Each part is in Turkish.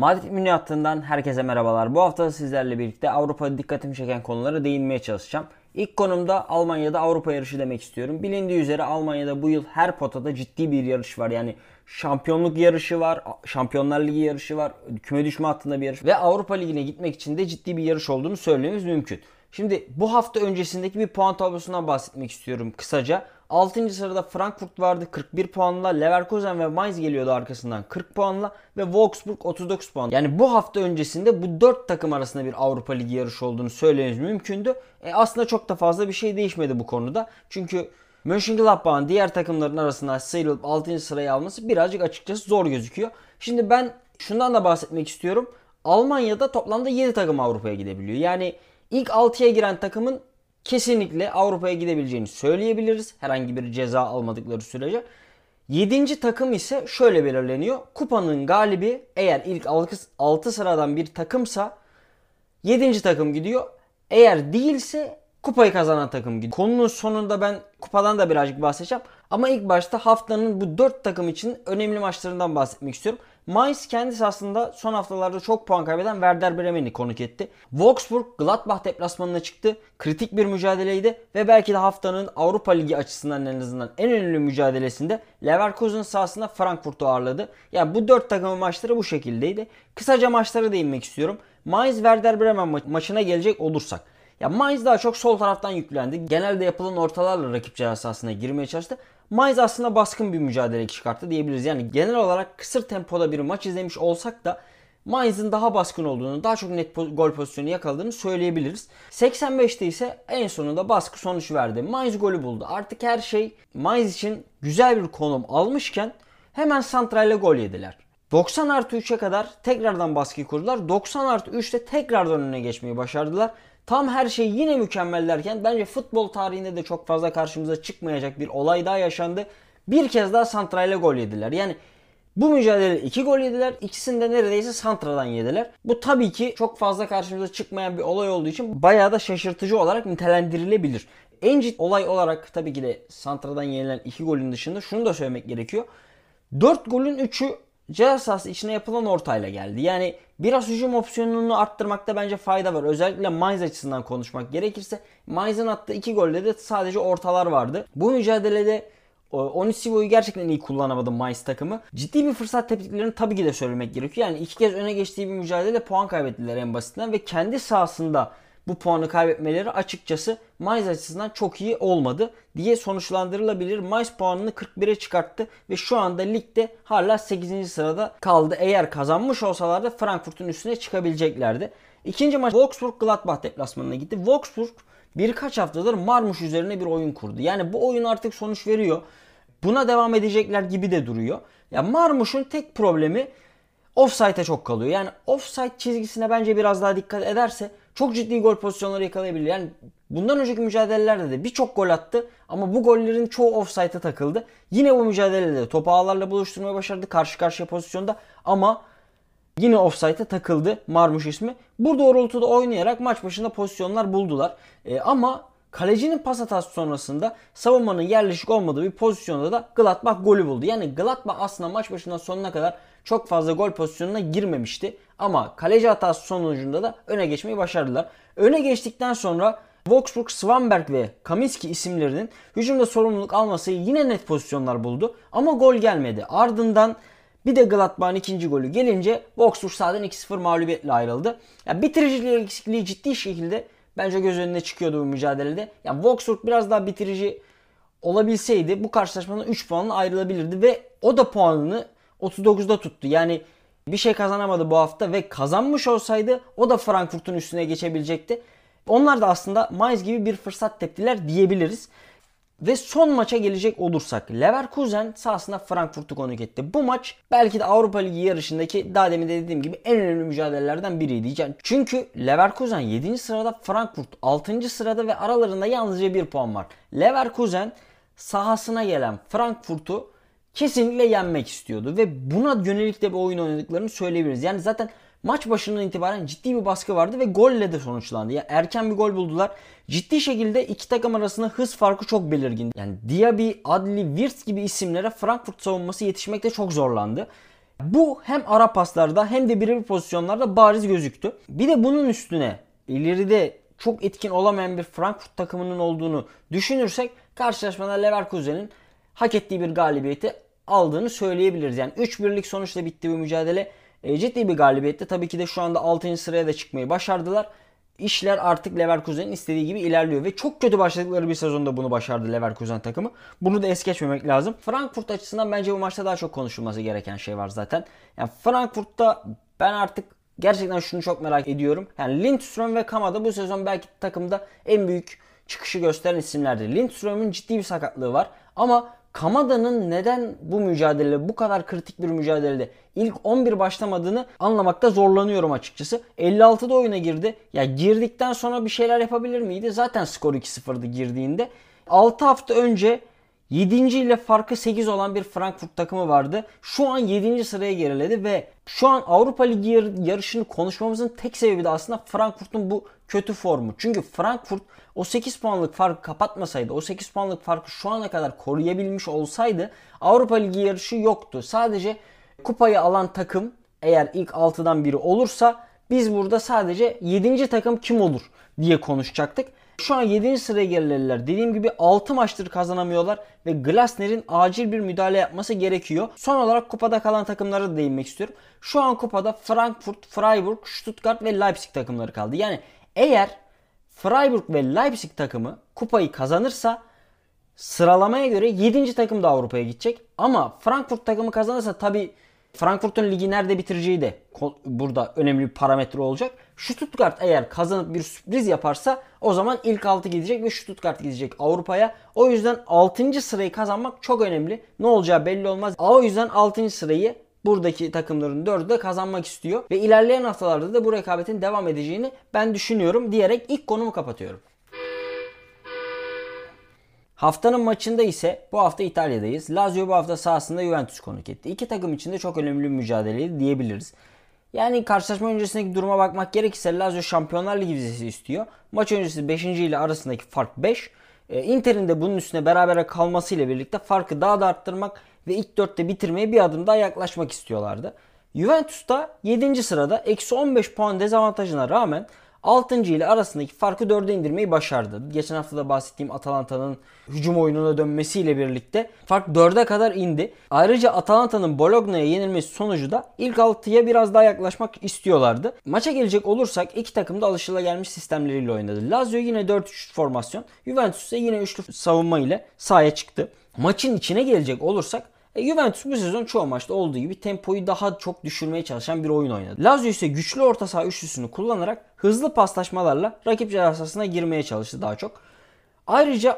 Madrid Münih hattından herkese merhabalar. Bu hafta sizlerle birlikte Avrupa'da dikkatimi çeken konulara değinmeye çalışacağım. İlk konumda Almanya'da Avrupa yarışı demek istiyorum. Bilindiği üzere Almanya'da bu yıl her potada ciddi bir yarış var. Yani şampiyonluk yarışı var, Şampiyonlar Ligi yarışı var, küme düşme hattında bir yarış ve Avrupa Ligi'ne gitmek için de ciddi bir yarış olduğunu söylememiz mümkün. Şimdi bu hafta öncesindeki bir puan tablosundan bahsetmek istiyorum kısaca. 6. sırada Frankfurt vardı 41 puanla, Leverkusen ve Mainz geliyordu arkasından 40 puanla ve Wolfsburg 39 puan. Yani bu hafta öncesinde bu 4 takım arasında bir Avrupa Ligi yarışı olduğunu söylememiz mümkündü. Aslında çok da fazla bir şey değişmedi bu konuda. Çünkü Mönchengladbach'ın diğer takımların arasından sıyrılıp 6. sırayı alması birazcık açıkçası zor gözüküyor. Şimdi ben şundan da bahsetmek istiyorum. Almanya'da toplamda 7 takım Avrupa'ya gidebiliyor. Yani ilk 6'ya giren takımın kesinlikle Avrupa'ya gidebileceğini söyleyebiliriz. Herhangi bir ceza almadıkları sürece. 7. takım ise şöyle belirleniyor. Kupanın galibi eğer ilk 6 sıradan bir takımsa 7. takım gidiyor. Eğer değilse kupayı kazanan takım gidiyor. Konunun sonunda ben kupadan da birazcık bahsedeceğim. Ama ilk başta haftanın bu 4 takım için önemli maçlarından bahsetmek istiyorum. Mainz kendisi aslında son haftalarda çok puan kaybeden Werder Bremen'i konuk etti. Wolfsburg Gladbach deplasmanına çıktı. Kritik bir mücadeleydi ve belki de haftanın Avrupa Ligi açısından en azından en önemli mücadelesinde Leverkusen sahasında Frankfurt'u ağırladı. Yani bu 4 takımın maçları bu şekildeydi. Kısaca maçlara değinmek istiyorum. Mainz Werder Bremen maçına gelecek olursak. Ya Mainz daha çok sol taraftan yüklendi. Genelde yapılan ortalarla rakip ceza sahasına girmeye çalıştı. Mainz aslında baskın bir mücadele çıkarttı diyebiliriz. Yani genel olarak kısır tempoda bir maç izlemiş olsak da Mainz'in daha baskın olduğunu, daha çok net gol pozisyonu yakaladığını söyleyebiliriz. 85'te ise en sonunda baskı sonuç verdi. Mainz golü buldu. Artık her şey Mainz için güzel bir konum almışken hemen santrayla gol yediler. 90+3'e kadar tekrardan baskı kurdular. 90+3'te tekrardan önüne geçmeyi başardılar. Tam her şey yine mükemmel derken bence futbol tarihinde de çok fazla karşımıza çıkmayacak bir olay daha yaşandı. Bir kez daha santrayla gol yediler. Yani bu mücadelede 2 gol yediler. İkisini de neredeyse santradan yediler. Bu tabii ki çok fazla karşımıza çıkmayan bir olay olduğu için bayağı da şaşırtıcı olarak nitelendirilebilir. En ciddi olay olarak tabii ki de santradan yenilen 2 golün dışında şunu da söylemek gerekiyor. 4 golün 3'ü ceza sahası içine yapılan ortayla geldi. Yani biraz hücum opsiyonunu arttırmakta bence fayda var. Özellikle Mainz açısından konuşmak gerekirse Mainz'ın attığı 2 golde de sadece ortalar vardı. Bu mücadelede Onisivo'yu gerçekten iyi kullanamadı Mainz takımı. Ciddi bir fırsat tepkilerini tabii ki de söylemek gerekiyor. Yani 2 kez öne geçtiği bir mücadelede puan kaybettiler en basitinden ve kendi sahasında bu puanı kaybetmeleri açıkçası Mainz açısından çok iyi olmadı diye sonuçlandırılabilir. Mainz puanını 41'e çıkarttı ve şu anda ligde hala 8. sırada kaldı. Eğer kazanmış olsalardı Frankfurt'un üstüne çıkabileceklerdi. İkinci maç Wolfsburg Gladbach deplasmanına gitti. Wolfsburg birkaç haftadır Marmuş üzerine bir oyun kurdu. Yani bu oyun artık sonuç veriyor. Buna devam edecekler gibi de duruyor. Ya Marmuş'un tek problemi offside'e çok kalıyor. Yani offside çizgisine bence biraz daha dikkat ederse çok ciddi gol pozisyonları yakalayabilir. Yani bundan önceki mücadelelerde de birçok gol attı ama bu gollerin çoğu offside'e takıldı. Yine bu mücadelede topu ağlarla buluşturmayı başardı karşı karşıya pozisyonda ama yine offside'e takıldı Marmuş ismi. Bu doğrultuda oynayarak maç başında pozisyonlar buldular. Ama kalecinin pas hatası sonrasında savunmanın yerleşik olmadığı bir pozisyonda da Gladbach golü buldu. Yani Gladbach aslında maç başından sonuna kadar çok fazla gol pozisyonuna girmemişti. Ama kaleci hatası sonucunda da öne geçmeyi başardılar. Öne geçtikten sonra Wolfsburg, Svanberg ve Kaminski isimlerinin hücumda sorumluluk alması yine net pozisyonlar buldu. Ama gol gelmedi. Ardından bir de Gladbach'ın ikinci golü gelince Wolfsburg sahadan 2-0 mağlubiyetle ayrıldı. Yani bitiricilik eksikliği ciddi şekilde bence göz önüne çıkıyordu bu mücadelede. Yani Wolfsburg biraz daha bitirici olabilseydi bu karşılaşmadan 3 puanla ayrılabilirdi ve o da puanını 39'da tuttu. Yani bir şey kazanamadı bu hafta ve kazanmış olsaydı o da Frankfurt'un üstüne geçebilecekti. Onlar da aslında Mainz gibi bir fırsat teptiler diyebiliriz. Ve son maça gelecek olursak Leverkusen sahasında Frankfurt'u konuk etti. Bu maç belki de Avrupa Ligi yarışındaki daha demin de dediğim gibi en önemli mücadelelerden biriydi. Yani çünkü Leverkusen 7. sırada, Frankfurt 6. sırada ve aralarında yalnızca 1 puan var. Leverkusen sahasına gelen Frankfurt'u kesinlikle yenmek istiyordu ve buna yönelik de bir oyun oynadıklarını söyleyebiliriz. Yani zaten maç başından itibaren ciddi bir baskı vardı ve golle de sonuçlandı. Yani erken bir gol buldular. Ciddi şekilde iki takım arasında hız farkı çok belirgin. Yani Diaby, Adli, Wirtz gibi isimlere Frankfurt savunması yetişmekte çok zorlandı. Bu hem ara paslarda hem de birebir pozisyonlarda bariz gözüktü. Bir de bunun üstüne ileride çok etkin olamayan bir Frankfurt takımının olduğunu düşünürsek karşılaşmada Leverkusen'in hak ettiği bir galibiyeti aldığını söyleyebiliriz. Yani 3-1'lik sonuçla bitti bu mücadele. Ciddi bir galibiyetti. Tabii ki de şu anda 6. sıraya da çıkmayı başardılar. İşler artık Leverkusen'in istediği gibi ilerliyor ve çok kötü başladıkları bir sezonda bunu başardı Leverkusen takımı. Bunu da es geçmemek lazım. Frankfurt açısından bence bu maçta daha çok konuşulması gereken şey var zaten. Yani Frankfurt'ta ben artık gerçekten şunu çok merak ediyorum. Yani Lindström ve Kamada bu sezon belki takımda en büyük çıkışı gösteren isimlerdir. Lindström'ün ciddi bir sakatlığı var ama Kamada'nın neden bu mücadele, bu kadar kritik bir mücadelede ilk 11 başlamadığını anlamakta zorlanıyorum açıkçası. 56'da oyuna girdi. Ya girdikten sonra bir şeyler yapabilir miydi? Zaten skor 2-0'dı girdiğinde. 6 hafta önce 7. ile farkı 8 olan bir Frankfurt takımı vardı. Şu an 7. sıraya geriledi ve şu an Avrupa Ligi yarışını konuşmamızın tek sebebi de aslında Frankfurt'un bu kötü formu. Çünkü Frankfurt o 8 puanlık farkı kapatmasaydı, o 8 puanlık farkı şu ana kadar koruyabilmiş olsaydı Avrupa Ligi yarışı yoktu. Sadece kupayı alan takım eğer ilk 6'dan biri olursa biz burada sadece 7. takım kim olur diye konuşacaktık. Şu an 7. sıraya gerilediler. Dediğim gibi 6 maçtır kazanamıyorlar ve Glasner'in acil bir müdahale yapması gerekiyor. Son olarak kupada kalan takımlara da değinmek istiyorum. Şu an kupada Frankfurt, Freiburg, Stuttgart ve Leipzig takımları kaldı. Yani eğer Freiburg ve Leipzig takımı kupayı kazanırsa sıralamaya göre 7. takım da Avrupa'ya gidecek. Ama Frankfurt takımı kazanırsa tabii Frankfurt'un ligi nerede bitireceği de burada önemli bir parametre olacak. Stuttgart eğer kazanıp bir sürpriz yaparsa o zaman ilk 6 gidecek ve Stuttgart gidecek Avrupa'ya. O yüzden 6. sırayı kazanmak çok önemli. Ne olacağı belli olmaz. O yüzden 6. sırayı buradaki takımların 4'ü de kazanmak istiyor. Ve ilerleyen haftalarda da bu rekabetin devam edeceğini ben düşünüyorum diyerek ilk konumu kapatıyorum. Haftanın maçında ise bu hafta İtalya'dayız. Lazio bu hafta sahasında Juventus konuk etti. İki takım için de çok önemli bir mücadeleydi diyebiliriz. Yani karşılaşma öncesindeki duruma bakmak gerekirse Lazio Şampiyonlar Ligi vizesi istiyor. Maç öncesi 5. ile arasındaki fark 5. Inter'in de bunun üstüne berabere kalmasıyla birlikte farkı daha da arttırmak ve ilk 4'te bitirmeye bir adım daha yaklaşmak istiyorlardı. Juventus da 7. sırada eksi 15 puan dezavantajına rağmen 6. ile arasındaki farkı 4'e indirmeyi başardı. Geçen hafta da bahsettiğim Atalanta'nın hücum oyununa dönmesiyle birlikte fark 4'e kadar indi. Ayrıca Atalanta'nın Bologna'ya yenilmesi sonucu da ilk 6'ya biraz daha yaklaşmak istiyorlardı. Maça gelecek olursak iki takım da alışılagelmiş sistemleriyle oynadı. Lazio yine 4-3 formasyon, Juventus ise yine üçlü savunma ile sahaya çıktı. Maçın içine gelecek olursak Juventus bu sezon çoğu maçta olduğu gibi tempoyu daha çok düşürmeye çalışan bir oyun oynadı. Lazio ise güçlü orta saha üçlüsünü kullanarak hızlı paslaşmalarla rakip ceza sahasına girmeye çalıştı daha çok. Ayrıca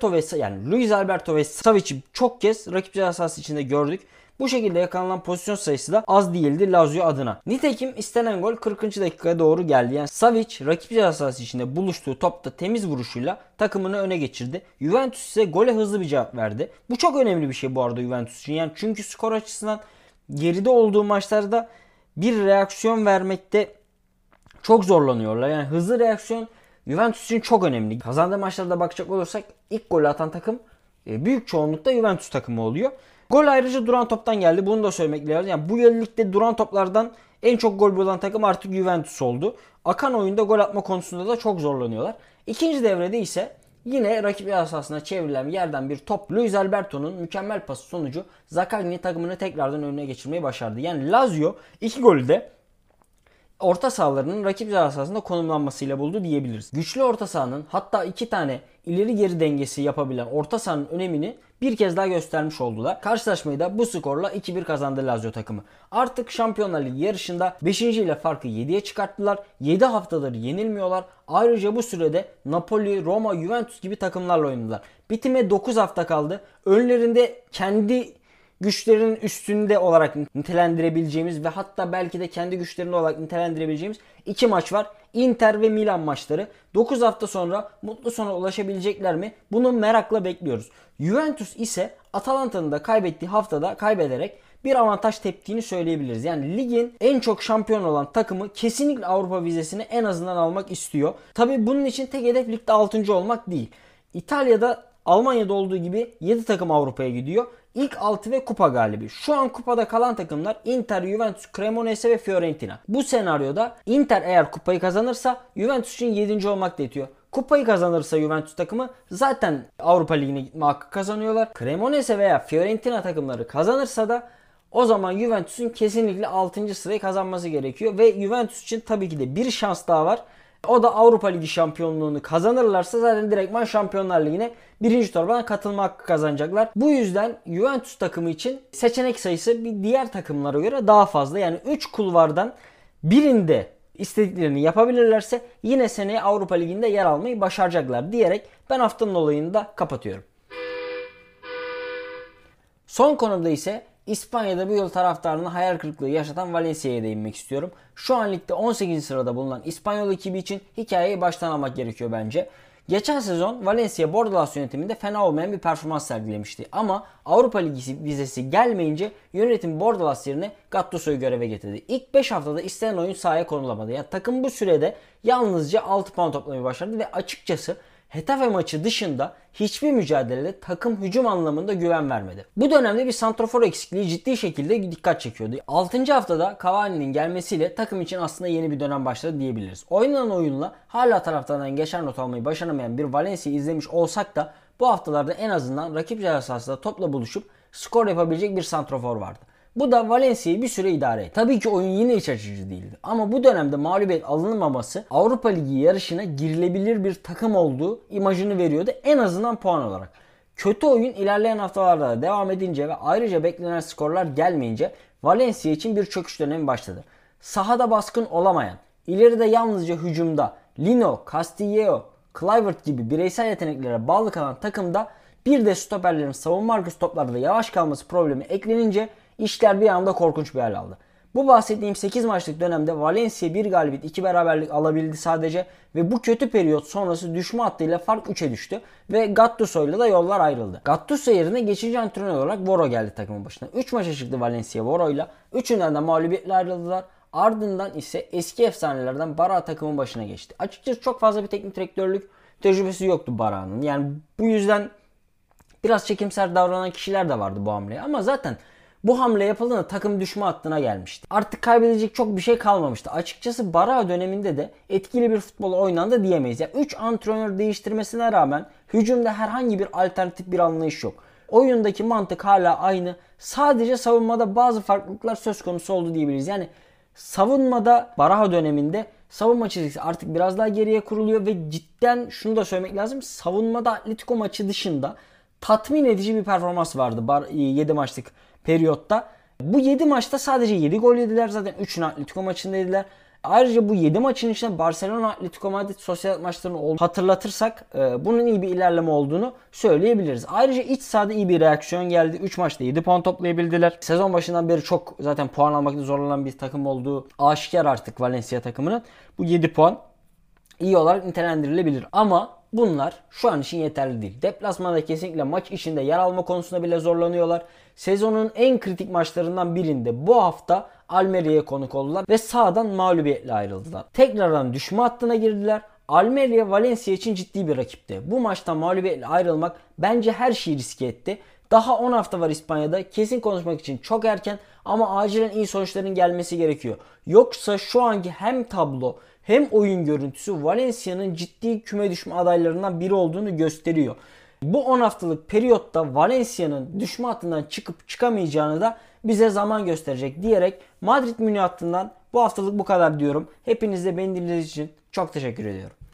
Luis Alberto ve Savic'i çok kez rakip ceza sahası içinde gördük. Bu şekilde yakalanan pozisyon sayısı da az değildi Lazio adına. Nitekim istenen gol 40. dakikaya doğru geldi. Yani Savic rakip ceza sahası içinde buluştuğu topta temiz vuruşuyla takımını öne geçirdi. Juventus ise gole hızlı bir cevap verdi. Bu çok önemli bir şey bu arada Juventus için. Yani çünkü skor açısından geride olduğu maçlarda bir reaksiyon vermekte çok zorlanıyorlar. Yani hızlı reaksiyon Juventus için çok önemli. Kazandığı maçlarda bakacak olursak ilk golü atan takım büyük çoğunlukla Juventus takımı oluyor. Gol ayrıca duran toptan geldi. Bunu da söylemek lazım. Yani bu ligde duran toplardan en çok gol bulan takım artık Juventus oldu. Akan oyunda gol atma konusunda da çok zorlanıyorlar. İkinci devrede ise yine rakip sahasına çevrilen yerden bir top Luis Alberto'nun mükemmel pası sonucu Zaccagni takımını tekrardan önüne geçirmeyi başardı. Yani Lazio iki golü de orta sahalarının rakip ceza sahasında konumlanmasıyla buldu diyebiliriz. Güçlü orta sahanın hatta iki tane ileri geri dengesi yapabilen orta sahanın önemini bir kez daha göstermiş oldular. Karşılaşmayı da bu skorla 2-1 kazandı Lazio takımı. Artık Şampiyonlar Ligi yarışında 5. ile farkı 7'ye çıkarttılar. 7 haftadır yenilmiyorlar. Ayrıca bu sürede Napoli, Roma, Juventus gibi takımlarla oynadılar. Bitime 9 hafta kaldı. Önlerinde kendi güçlerinin üstünde olarak nitelendirebileceğimiz ve hatta belki de kendi güçlerinde olarak nitelendirebileceğimiz iki maç var. Inter ve Milan maçları. 9 hafta sonra mutlu sona ulaşabilecekler mi? Bunu merakla bekliyoruz. Juventus ise Atalanta'nın da kaybettiği haftada kaybederek bir avantaj teptiğini söyleyebiliriz. Yani ligin en çok şampiyon olan takımı kesinlikle Avrupa vizesini en azından almak istiyor. Tabii bunun için tek hedef ligde 6. olmak değil. İtalya'da Almanya'da olduğu gibi 7 takım Avrupa'ya gidiyor. İlk 6 ve kupa galibi. Şu an kupada kalan takımlar Inter, Juventus, Cremonese ve Fiorentina. Bu senaryoda Inter eğer kupayı kazanırsa Juventus için 7. olmak da yetiyor. Kupayı kazanırsa Juventus takımı zaten Avrupa Ligi'ne gitme hakkı kazanıyorlar. Cremonese veya Fiorentina takımları kazanırsa da o zaman Juventus'un kesinlikle 6. sırayı kazanması gerekiyor. Ve Juventus için tabii ki de bir şans daha var. O da Avrupa Ligi şampiyonluğunu kazanırlarsa zaten direktman Şampiyonlar Ligi'ne 1. torbadan katılma hakkı kazanacaklar. Bu yüzden Juventus takımı için seçenek sayısı bir diğer takımlara göre daha fazla. Yani 3 kulvardan birinde istediklerini yapabilirlerse yine seneye Avrupa Ligi'nde yer almayı başaracaklar diyerek ben haftanın olayını da kapatıyorum. Son konumda ise İspanya'da bu yıl taraftarına hayal kırıklığı yaşatan Valencia'ya değinmek istiyorum. Şu an ligde 18. sırada bulunan İspanyol ekibi için hikayeyi baştan almak gerekiyor bence. Geçen sezon Valencia Bordalas yönetiminde fena olmayan bir performans sergilemişti. Ama Avrupa Ligi vizesi gelmeyince yönetim Bordalas yerine Gattuso'yu göreve getirdi. İlk 5 haftada istenen oyun sahaya konulamadı. Yani takım bu sürede yalnızca 6 puan toplamayı başardı ve açıkçası Getafe maçı dışında hiçbir mücadelede takım hücum anlamında güven vermedi. Bu dönemde bir santrafor eksikliği ciddi şekilde dikkat çekiyordu. 6. haftada Cavani'nin gelmesiyle takım için aslında yeni bir dönem başladı diyebiliriz. Oynanan oyunla hala taraftardan geçer not almayı başaramayan bir Valencia izlemiş olsak da bu haftalarda en azından rakip ceza sahasında topla buluşup skor yapabilecek bir santrafor vardı. Bu da Valencia'yı bir süre idare etti. Tabii ki oyun yine iç açıcı değildi. Ama bu dönemde mağlubiyet alınmaması Avrupa Ligi yarışına girilebilir bir takım olduğu imajını veriyordu. En azından puan olarak. Kötü oyun ilerleyen haftalarda da devam edince ve ayrıca beklenen skorlar gelmeyince Valencia için bir çöküş dönemi başladı. Sahada baskın olamayan, ileride yalnızca hücumda Lino, Castillejo, Kluivert gibi bireysel yeteneklere bağlı kalan takımda bir de stoperlerin savunma arkası toplarda yavaş kalması problemi eklenince İşler bir anda korkunç bir hal aldı. Bu bahsettiğim 8 maçlık dönemde Valencia 1 galibiyet 2 beraberlik alabildi sadece ve bu kötü periyot sonrası düşme hattıyla fark 3'e düştü ve Gattuso ile de yollar ayrıldı. Gattuso yerine geçici antrenör olarak Voro geldi takımın başına. 3 maça çıktı Valencia Voro ile. 3'ünden de mağlubiyetle ayrıldılar. Ardından ise eski efsanelerden Bara takımın başına geçti. Açıkçası çok fazla bir teknik direktörlük tecrübesi yoktu Bara'nın. Yani bu yüzden biraz çekimser davranan kişiler de vardı bu hamleye ama zaten bu hamle yapıldığında takım düşme hattına gelmişti. Artık kaybedecek çok bir şey kalmamıştı. Açıkçası Bara döneminde de etkili bir futbol oynandı diyemeyiz. Yani 3 antrenör değiştirmesine rağmen hücumda herhangi bir alternatif bir anlayış yok. Oyundaki mantık hala aynı. Sadece savunmada bazı farklılıklar söz konusu oldu diyebiliriz. Yani savunmada Baraha döneminde savunma çizgisi artık biraz daha geriye kuruluyor ve cidden şunu da söylemek lazım. Savunmada Atletico maçı dışında tatmin edici bir performans vardı 7 maçlık periyotta. Bu 7 maçta sadece 7 gol yediler. Zaten 3'ünü Atletico maçında yediler. Ayrıca bu 7 maçın içinde Barcelona, Atletico Madrid sosyal maçlarını hatırlatırsak bunun iyi bir ilerleme olduğunu söyleyebiliriz. Ayrıca iç sahada iyi bir reaksiyon geldi. 3 maçta 7 puan toplayabildiler. Sezon başından beri çok zaten puan almakta zorlanan bir takım olduğu aşikar artık Valencia takımının. Bu 7 puan iyi olarak nitelendirilebilir. Ama bunlar şu an için yeterli değil. Deplasmanda kesinlikle maç içinde yer alma konusunda bile zorlanıyorlar. Sezonun en kritik maçlarından birinde bu hafta Almeria'ya konuk oldular ve sahadan mağlubiyetle ayrıldılar. Tekrardan düşme hattına girdiler. Almeria Valencia için ciddi bir rakipti. Bu maçtan mağlubiyetle ayrılmak bence her şeyi riske etti. Daha 10 hafta var İspanya'da. Kesin konuşmak için çok erken ama acilen iyi sonuçların gelmesi gerekiyor. Yoksa şu anki hem tablo hem oyun görüntüsü Valencia'nın ciddi küme düşme adaylarından biri olduğunu gösteriyor. Bu 10 haftalık periyotta Valencia'nın düşme hattından çıkıp çıkamayacağını da bize zaman gösterecek diyerek Madrid Münih hattından bu haftalık bu kadar diyorum. Hepinize beni dinlediğiniz için çok teşekkür ediyorum.